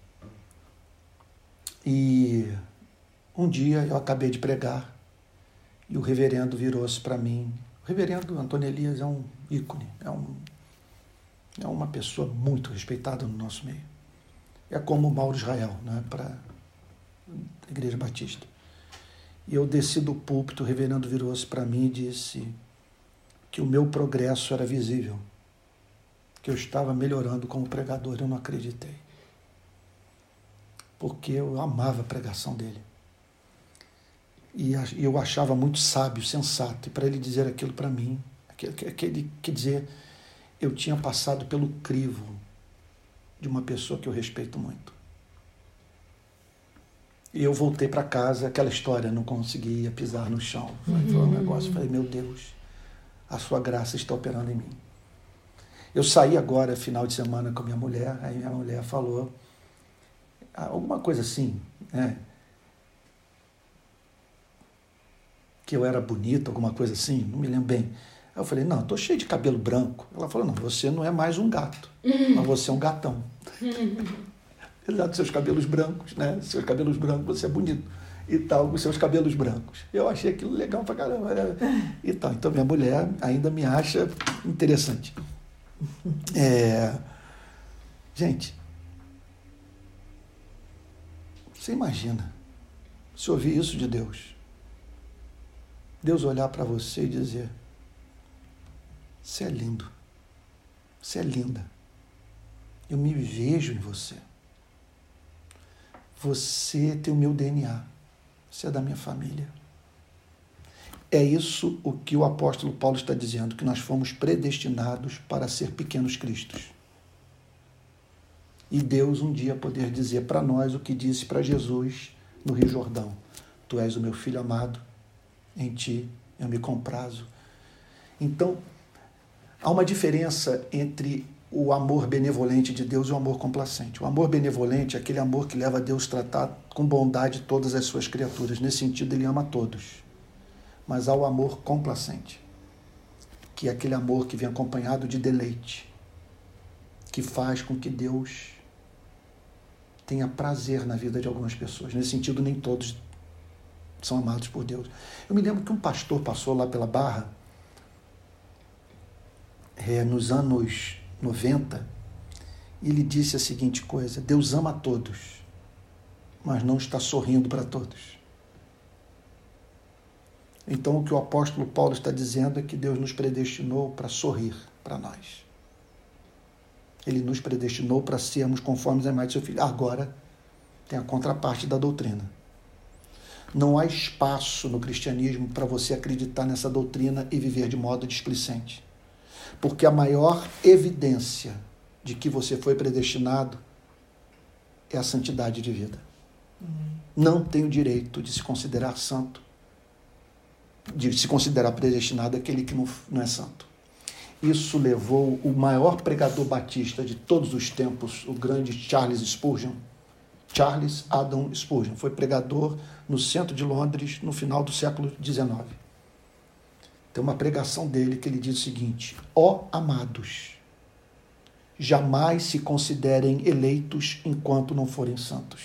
E um dia eu acabei de pregar e o reverendo virou-se para mim. O reverendo Antônio Elias é um ícone, é uma pessoa muito respeitada no nosso meio. É como o Mauro Israel, né, para a Igreja Batista. E eu desci do púlpito, o reverendo virou-se para mim e disse que o meu progresso era visível, que eu estava melhorando como pregador. Eu não acreditei, porque eu amava a pregação dele. E eu achava muito sábio, sensato. E para ele dizer aquilo para mim, quer dizer, eu tinha passado pelo crivo de uma pessoa que eu respeito muito. E eu voltei para casa, aquela história, não conseguia pisar no chão. Foi um negócio, falei, meu Deus, a sua graça está operando em mim. Eu saí agora, final de semana, com a minha mulher, aí minha mulher falou alguma coisa assim, né? Que eu era bonito, alguma coisa assim, não me lembro bem. Aí eu falei, não, estou cheio de cabelo branco. Ela falou, não, você não é mais um gato, mas você é um gatão. Apesar dos seus cabelos brancos, né? Seus cabelos brancos, você é bonito. E tal, com seus cabelos brancos. Eu achei aquilo legal pra caramba. E tal. Então minha mulher ainda me acha interessante. Gente, você imagina se ouvir isso de Deus? Deus olhar para você e dizer, você é lindo, você é linda, eu me vejo em você. Você tem o meu DNA, você é da minha família. É isso o que o apóstolo Paulo está dizendo, que nós fomos predestinados para ser pequenos cristos. E Deus um dia poder dizer para nós o que disse para Jesus no Rio Jordão: tu és o meu filho amado, em ti eu me comprazo. Então, há uma diferença entre o amor benevolente de Deus e o amor complacente. O amor benevolente é aquele amor que leva a Deus a tratar com bondade todas as suas criaturas. Nesse sentido, ele ama a todos. Mas há o amor complacente, que é aquele amor que vem acompanhado de deleite, que faz com que Deus tenha prazer na vida de algumas pessoas. Nesse sentido, nem todos são amados por Deus. Eu me lembro que um pastor passou lá pela Barra, nos anos 90, e ele disse a seguinte coisa: Deus ama a todos, mas não está sorrindo para todos. Então, o que o apóstolo Paulo está dizendo é que Deus nos predestinou para sorrir para nós. Ele nos predestinou para sermos conformes a imagem de seu Filho. Agora, tem a contraparte da doutrina. Não há espaço no cristianismo para você acreditar nessa doutrina e viver de modo displicente. Porque a maior evidência de que você foi predestinado é a santidade de vida. Não tem o direito de se considerar santo, de se considerar predestinado aquele que não é santo. Isso levou o maior pregador batista de todos os tempos, o grande Charles Haddon Spurgeon. Foi pregador no centro de Londres no final do século XIX. Tem uma pregação dele que ele diz o seguinte: ó amados, jamais se considerem eleitos enquanto não forem santos.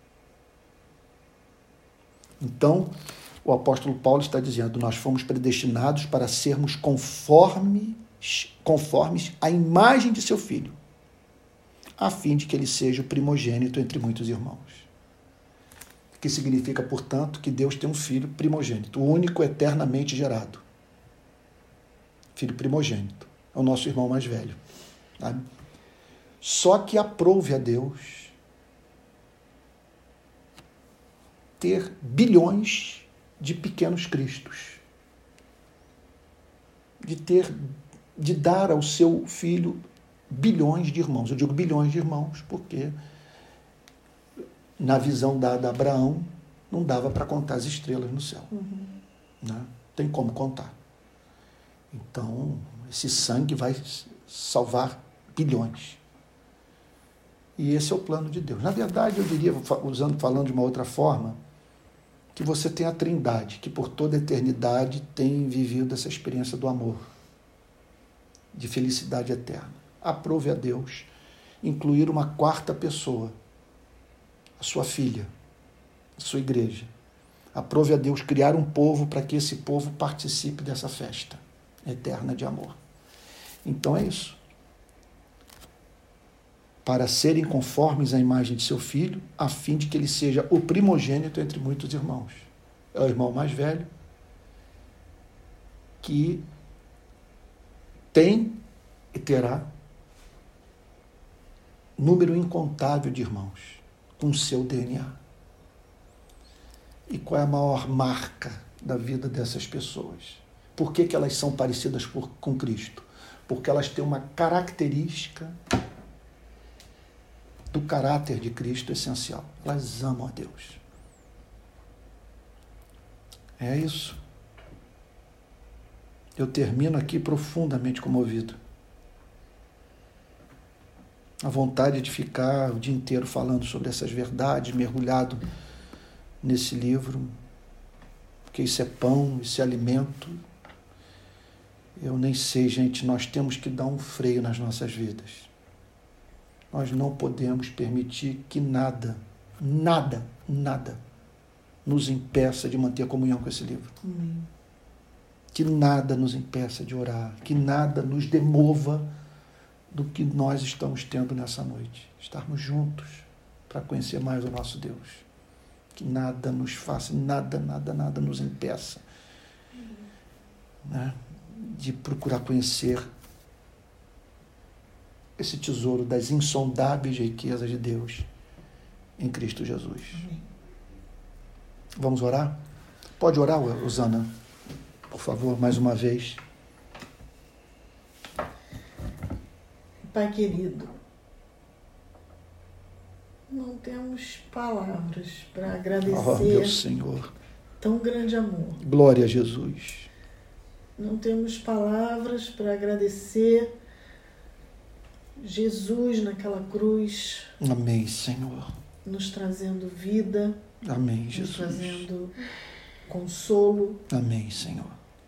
Então, o apóstolo Paulo está dizendo, nós fomos predestinados para sermos conformes à imagem de seu Filho, a fim de que ele seja o primogênito entre muitos irmãos. Que significa, portanto, que Deus tem um filho primogênito, o único eternamente gerado. Filho primogênito. É o nosso irmão mais velho. Sabe? Só que aprouve a Deus ter bilhões de pequenos cristos. De dar ao seu filho bilhões de irmãos. Eu digo bilhões de irmãos porque, na visão dada a Abraão, não dava para contar as estrelas no céu. Né? Tem como contar. Então, esse sangue vai salvar bilhões. E esse é o plano de Deus. Na verdade, eu diria, falando de uma outra forma, que você tem a Trindade, que por toda a eternidade tem vivido essa experiência do amor, de felicidade eterna. Aprove a Deus incluir uma quarta pessoa, a sua filha, a sua igreja. Aprove a Deus criar um povo para que esse povo participe dessa festa eterna de amor. Então é isso. Para serem conformes à imagem de seu filho, a fim de que ele seja o primogênito entre muitos irmãos. É o irmão mais velho que tem e terá número incontável de irmãos com seu DNA. E qual é a maior marca da vida dessas pessoas? Por que elas são parecidas com Cristo? Porque elas têm uma característica do caráter de Cristo essencial. Elas amam a Deus. É isso. Eu termino aqui profundamente comovido. A vontade de ficar o dia inteiro falando sobre essas verdades, mergulhado nesse livro, porque isso é pão, isso é alimento. Eu nem sei, gente, nós temos que dar um freio nas nossas vidas. Nós não podemos permitir que nada nos impeça de manter a comunhão com esse livro. Que nada nos impeça de orar, que nada nos demova do que nós estamos tendo nessa noite. Estarmos juntos para conhecer mais o nosso Deus. Que nada nos faça, nada nos impeça, né, de procurar conhecer esse tesouro das insondáveis riquezas de Deus em Cristo Jesus. Amém. Vamos orar? Pode orar, Osana, por favor, mais uma vez. Pai querido, não temos palavras para agradecer meu Senhor, tão grande amor. Glória a Jesus. Não temos palavras para agradecer Jesus naquela cruz. Amém, Senhor. Nos trazendo vida. Amém, Jesus. Nos trazendo consolo. Amém, Senhor.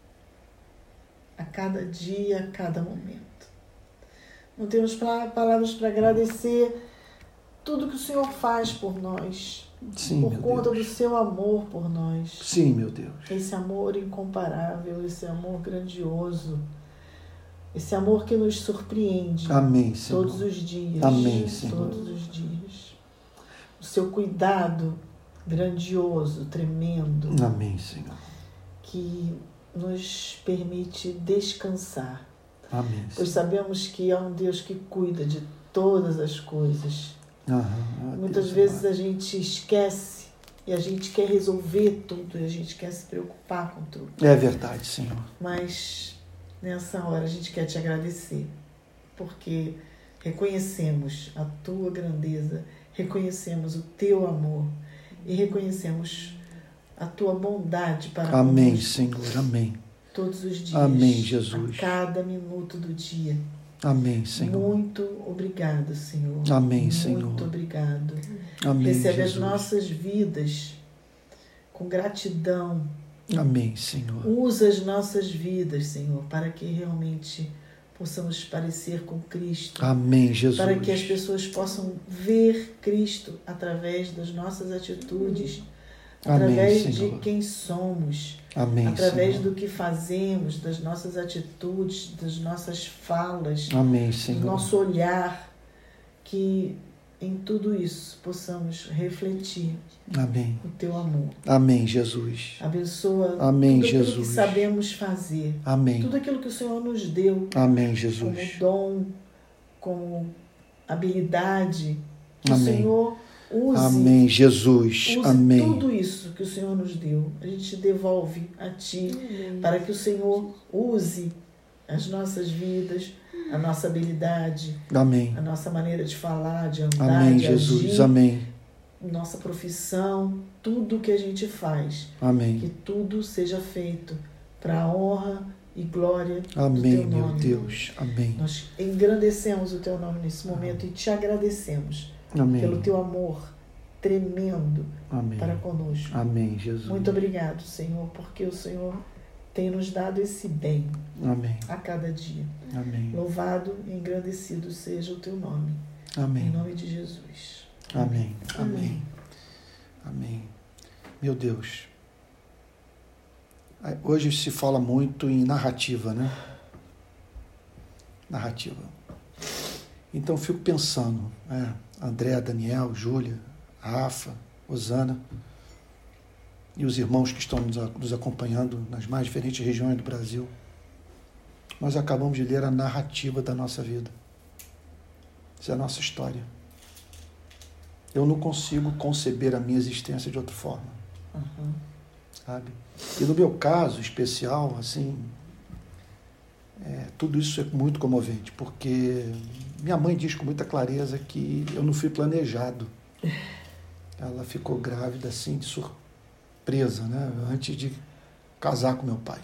A cada dia, a cada momento. Não temos palavras para agradecer tudo que o Senhor faz por nós. Sim, por meu conta Deus. do seu amor por nós. Sim, meu Deus. Esse amor incomparável, esse amor grandioso. Esse amor que nos surpreende. Amém, Senhor. Todos os dias. Amém, Senhor. Todos os dias. O seu cuidado grandioso, tremendo. Amém, Senhor. Que nos permite descansar. Amém, Senhor. Pois sabemos que é um Deus que cuida de todas as coisas. Muitas vezes a gente esquece e a gente quer resolver tudo e a gente quer se preocupar com tudo. É verdade, Senhor. Mas nessa hora a gente quer te agradecer, porque reconhecemos a tua grandeza, reconhecemos o teu amor e reconhecemos a tua bondade para Amém, nós. Senhor. Amém. Todos os dias. Amém, Jesus. A cada minuto do dia. Amém, Senhor. Muito obrigado, Senhor. Amém, Senhor. Muito obrigado. Amém, Recebe Jesus. as nossas vidas com gratidão. Amém, Senhor. Usa as nossas vidas, Senhor, para que realmente possamos parecer com Cristo. Amém, Jesus. Para que as pessoas possam ver Cristo através das nossas atitudes, através Amém, de Senhor. quem somos, Amém, através Senhor. do que fazemos, das nossas atitudes, das nossas falas, Amém, Senhor. do nosso olhar, que em tudo isso possamos refletir Amém. o teu amor. Amém, Jesus. Abençoa Amém, tudo aquilo Jesus. que sabemos fazer, Amém. tudo aquilo que o Senhor nos deu Amém, Jesus. como dom, como habilidade, que Amém. o Senhor Amém, Jesus. Use Amém. tudo isso que o Senhor nos deu. A gente devolve a Ti, para que o Senhor use as nossas vidas, a nossa habilidade, Amém. a nossa maneira de falar, de andar, Amém, de Jesus. agir, Amém. nossa profissão, tudo que a gente faz. Amém. Que tudo seja feito para a honra e glória Amém, do Teu meu nome. Deus. Amém. Nós engrandecemos o Teu nome nesse momento e Te agradecemos Amém. pelo Teu amor tremendo Amém. para conosco. Amém, Jesus. Muito obrigado, Senhor, porque o Senhor tem nos dado esse bem Amém. a cada dia. Amém. Louvado e engrandecido seja o Teu nome. Em Amém. nome de Jesus. Amém. Amém. Amém. Meu Deus. Hoje se fala muito em narrativa, né? Narrativa. Então eu fico pensando, André, Daniel, Júlia, Rafa, Osana e os irmãos que estão nos acompanhando nas mais diferentes regiões do Brasil. Nós acabamos de ler a narrativa da nossa vida. Essa é a nossa história. Eu não consigo conceber a minha existência de outra forma. Sabe? E no meu caso especial, assim, tudo isso é muito comovente, porque minha mãe diz com muita clareza que eu não fui planejado. Ela ficou grávida, assim, de surpresa, né? Antes de casar com meu pai.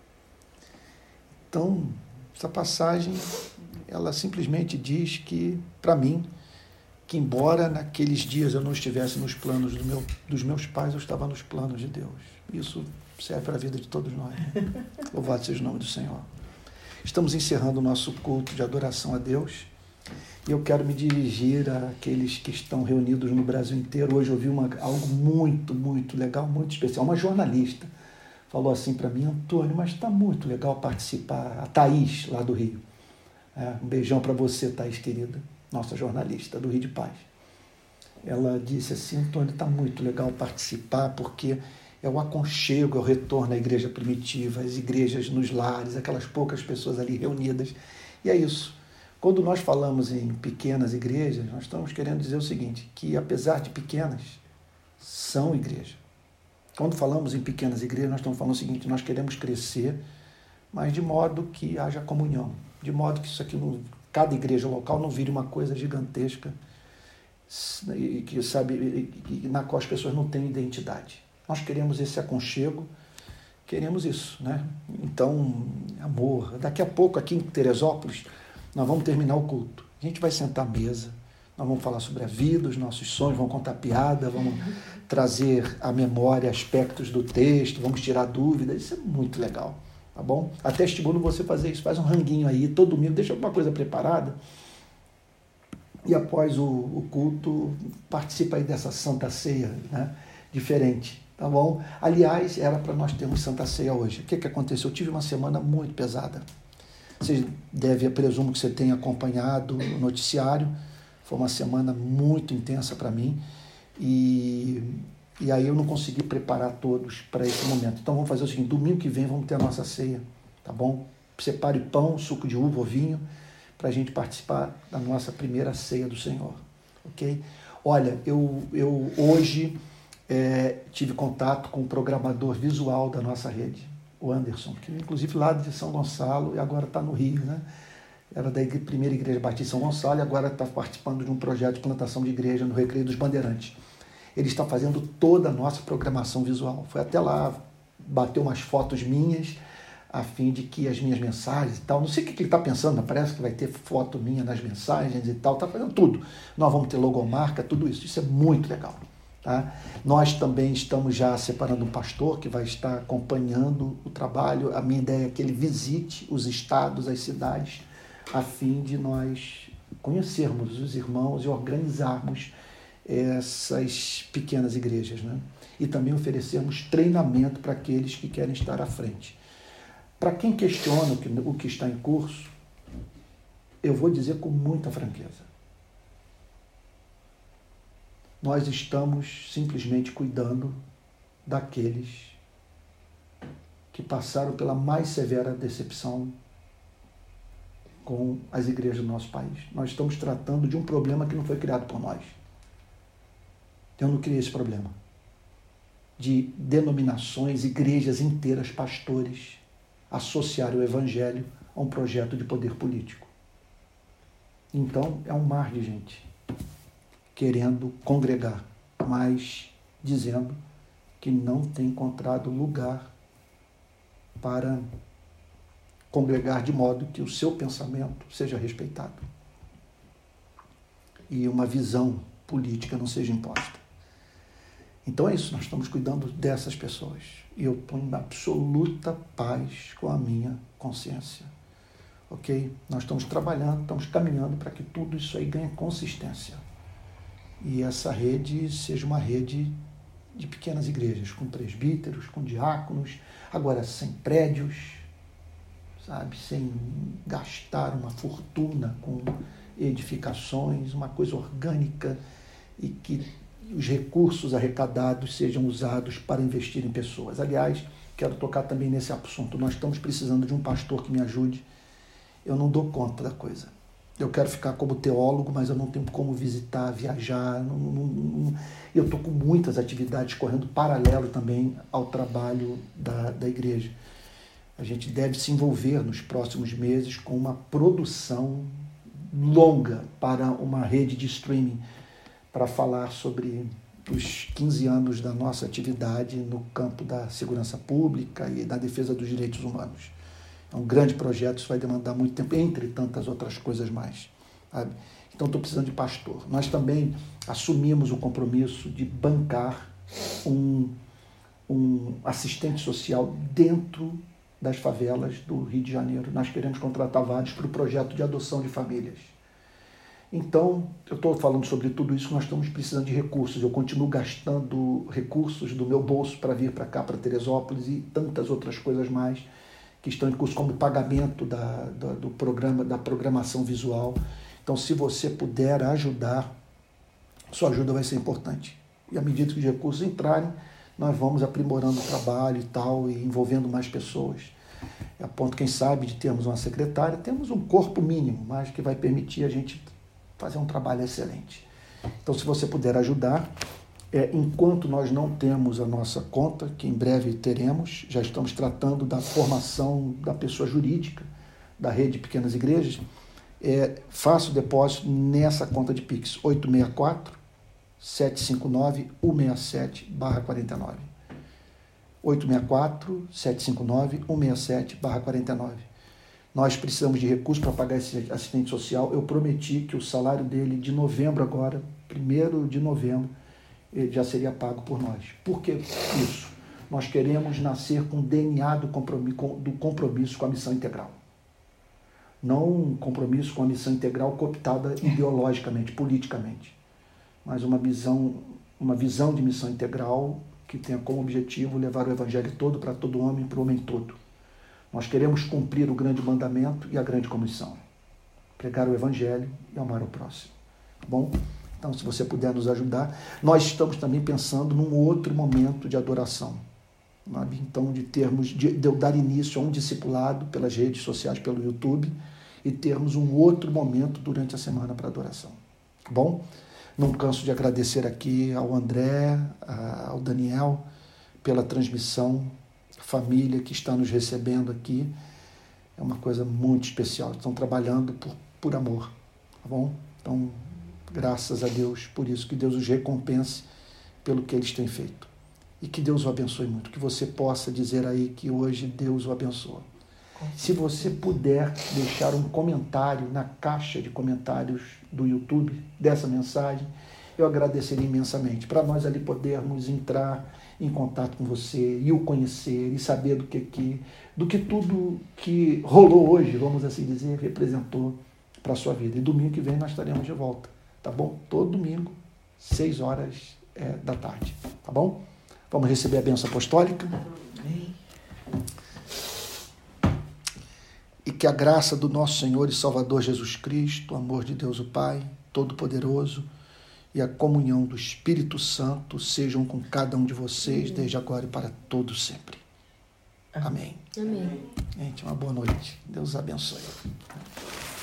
Então, essa passagem, ela simplesmente diz que, para mim, que embora naqueles dias eu não estivesse nos planos dos meus pais, eu estava nos planos de Deus. Isso serve para a vida de todos nós. Louvado seja o nome do Senhor. Estamos encerrando o nosso culto de adoração a Deus e eu quero me dirigir àqueles que estão reunidos no Brasil inteiro. Hoje eu vi algo muito, muito legal, muito especial. Uma jornalista falou assim para mim: Antônio, mas está muito legal participar. A Thaís, lá do Rio. Um beijão para você, Thaís, querida, nossa jornalista do Rio de Paz. Ela disse assim: Antônio, está muito legal participar porque é o aconchego, é o retorno à igreja primitiva, às igrejas nos lares, aquelas poucas pessoas ali reunidas. E é isso. Quando nós falamos em pequenas igrejas, nós estamos querendo dizer o seguinte, que apesar de pequenas, são igreja. Quando falamos em pequenas igrejas, nós estamos falando o seguinte: nós queremos crescer, mas de modo que haja comunhão, de modo que isso aqui, cada igreja local não vire uma coisa gigantesca, que, sabe, na qual as pessoas não têm identidade. Nós queremos esse aconchego, queremos isso, né? Então, amor. Daqui a pouco, aqui em Teresópolis, nós vamos terminar o culto. A gente vai sentar à mesa, nós vamos falar sobre a vida, os nossos sonhos, vamos contar piada, vamos trazer à memória aspectos do texto, vamos tirar dúvidas. Isso é muito legal, tá bom? Até estimulo você fazer isso. Faz um ranguinho aí, todo domingo, deixa alguma coisa preparada. E após o culto, participa aí dessa Santa Ceia, né? Diferente. Tá bom? Aliás, era para nós termos Santa Ceia hoje. O que aconteceu? Eu tive uma semana muito pesada. Você presumo que você tenha acompanhado o noticiário. Foi uma semana muito intensa para mim. E aí eu não consegui preparar todos para esse momento. Então vamos fazer o seguinte: domingo que vem vamos ter a nossa ceia. Tá bom? Separe pão, suco de uva ou vinho, para a gente participar da nossa primeira ceia do Senhor. Ok? Olha, eu hoje... tive contato com o programador visual da nossa rede, o Anderson, que inclusive lá de São Gonçalo e agora está no Rio, né? Era da primeira igreja Batista São Gonçalo e agora está participando de um projeto de plantação de igreja no Recreio dos Bandeirantes. Ele está fazendo toda a nossa programação visual. Foi até lá, bateu umas fotos minhas, a fim de que as minhas mensagens e tal, não sei o que ele está pensando, mas parece que vai ter foto minha nas mensagens e tal, está fazendo tudo. Nós vamos ter logomarca, tudo isso. Isso é muito legal. Tá? Nós também estamos já separando um pastor que vai estar acompanhando o trabalho. A minha ideia é que ele visite os estados, as cidades, a fim de nós conhecermos os irmãos e organizarmos essas pequenas igrejas, né? E também oferecermos treinamento para aqueles que querem estar à frente. Para quem questiona o que está em curso, eu vou dizer com muita franqueza: nós estamos simplesmente cuidando daqueles que passaram pela mais severa decepção com as igrejas do nosso país. Nós estamos tratando de um problema que não foi criado por nós. Eu não criei esse problema de denominações, igrejas inteiras, pastores, associarem o evangelho a um projeto de poder político. Então, é um mar de gente querendo congregar, mas dizendo que não tem encontrado lugar para congregar de modo que o seu pensamento seja respeitado e uma visão política não seja imposta. Então é isso, nós estamos cuidando dessas pessoas. E eu estou em absoluta paz com a minha consciência. Ok? Nós estamos trabalhando, estamos caminhando para que tudo isso aí ganhe consistência. E essa rede seja uma rede de pequenas igrejas, com presbíteros, com diáconos, agora sem prédios, sabe? Sem gastar uma fortuna com edificações, uma coisa orgânica e que os recursos arrecadados sejam usados para investir em pessoas. Aliás, quero tocar também nesse assunto. Nós estamos precisando de um pastor que me ajude. Eu não dou conta da coisa. Eu quero ficar como teólogo, mas eu não tenho como visitar, viajar. Eu estou com muitas atividades correndo paralelo também ao trabalho da igreja. A gente deve se envolver nos próximos meses com uma produção longa para uma rede de streaming para falar sobre os 15 anos da nossa atividade no campo da segurança pública e da defesa dos direitos humanos. É um grande projeto, isso vai demandar muito tempo, entre tantas outras coisas mais. Sabe? Então, estou precisando de pastor. Nós também assumimos o compromisso de bancar um assistente social dentro das favelas do Rio de Janeiro. Nós queremos contratar vários para o projeto de adoção de famílias. Então, eu estou falando sobre tudo isso, nós estamos precisando de recursos. Eu continuo gastando recursos do meu bolso para vir para cá, para Teresópolis e tantas outras coisas mais que estão em curso, como o pagamento do programa, da programação visual. Então, se você puder ajudar, sua ajuda vai ser importante. E à medida que os recursos entrarem, nós vamos aprimorando o trabalho e tal, e envolvendo mais pessoas. A ponto, quem sabe, de termos uma secretária, temos um corpo mínimo, mas que vai permitir a gente fazer um trabalho excelente. Então, se você puder ajudar, enquanto nós não temos a nossa conta, que em breve teremos, já estamos tratando da formação da pessoa jurídica da rede de pequenas igrejas, faça o depósito nessa conta de Pix, 864-759-167/49. 864-759-167/49. Nós precisamos de recursos para pagar esse assistente social. Eu prometi que o salário dele de novembro agora, 1º de novembro, ele já seria pago por nós. Por que isso? Nós queremos nascer com o DNA do compromisso com a missão integral. Não um compromisso com a missão integral cooptada ideologicamente, politicamente, mas uma visão de missão integral que tenha como objetivo levar o evangelho todo para todo homem, para o homem todo. Nós queremos cumprir o grande mandamento e a grande comissão. Pregar o evangelho e amar o próximo. Tá bom? Então, se você puder nos ajudar, nós estamos também pensando num outro momento de adoração. Sabe? Então, de eu dar início a um discipulado pelas redes sociais, pelo YouTube, e termos um outro momento durante a semana para adoração. Tá bom? Não canso de agradecer aqui ao André, ao Daniel, pela transmissão, família que está nos recebendo aqui. É uma coisa muito especial. Estão trabalhando por amor. Tá bom? Então, graças a Deus por isso. Que Deus os recompense pelo que eles têm feito. E que Deus o abençoe muito. Que você possa dizer aí que hoje Deus o abençoa. Se você puder deixar um comentário na caixa de comentários do YouTube dessa mensagem, eu agradeceria imensamente. Para nós ali podermos entrar em contato com você e o conhecer e saber do que tudo que rolou hoje, vamos assim dizer, representou para a sua vida. E domingo que vem nós estaremos de volta, tá bom? Todo domingo, 6 horas da tarde, tá bom? Vamos receber a bênção apostólica. Amém. E que a graça do nosso Senhor e Salvador Jesus Cristo, o amor de Deus o Pai, Todo-Poderoso, e a comunhão do Espírito Santo sejam com cada um de vocês, desde agora e para todos sempre. Amém. Amém. Gente, uma boa noite. Deus abençoe.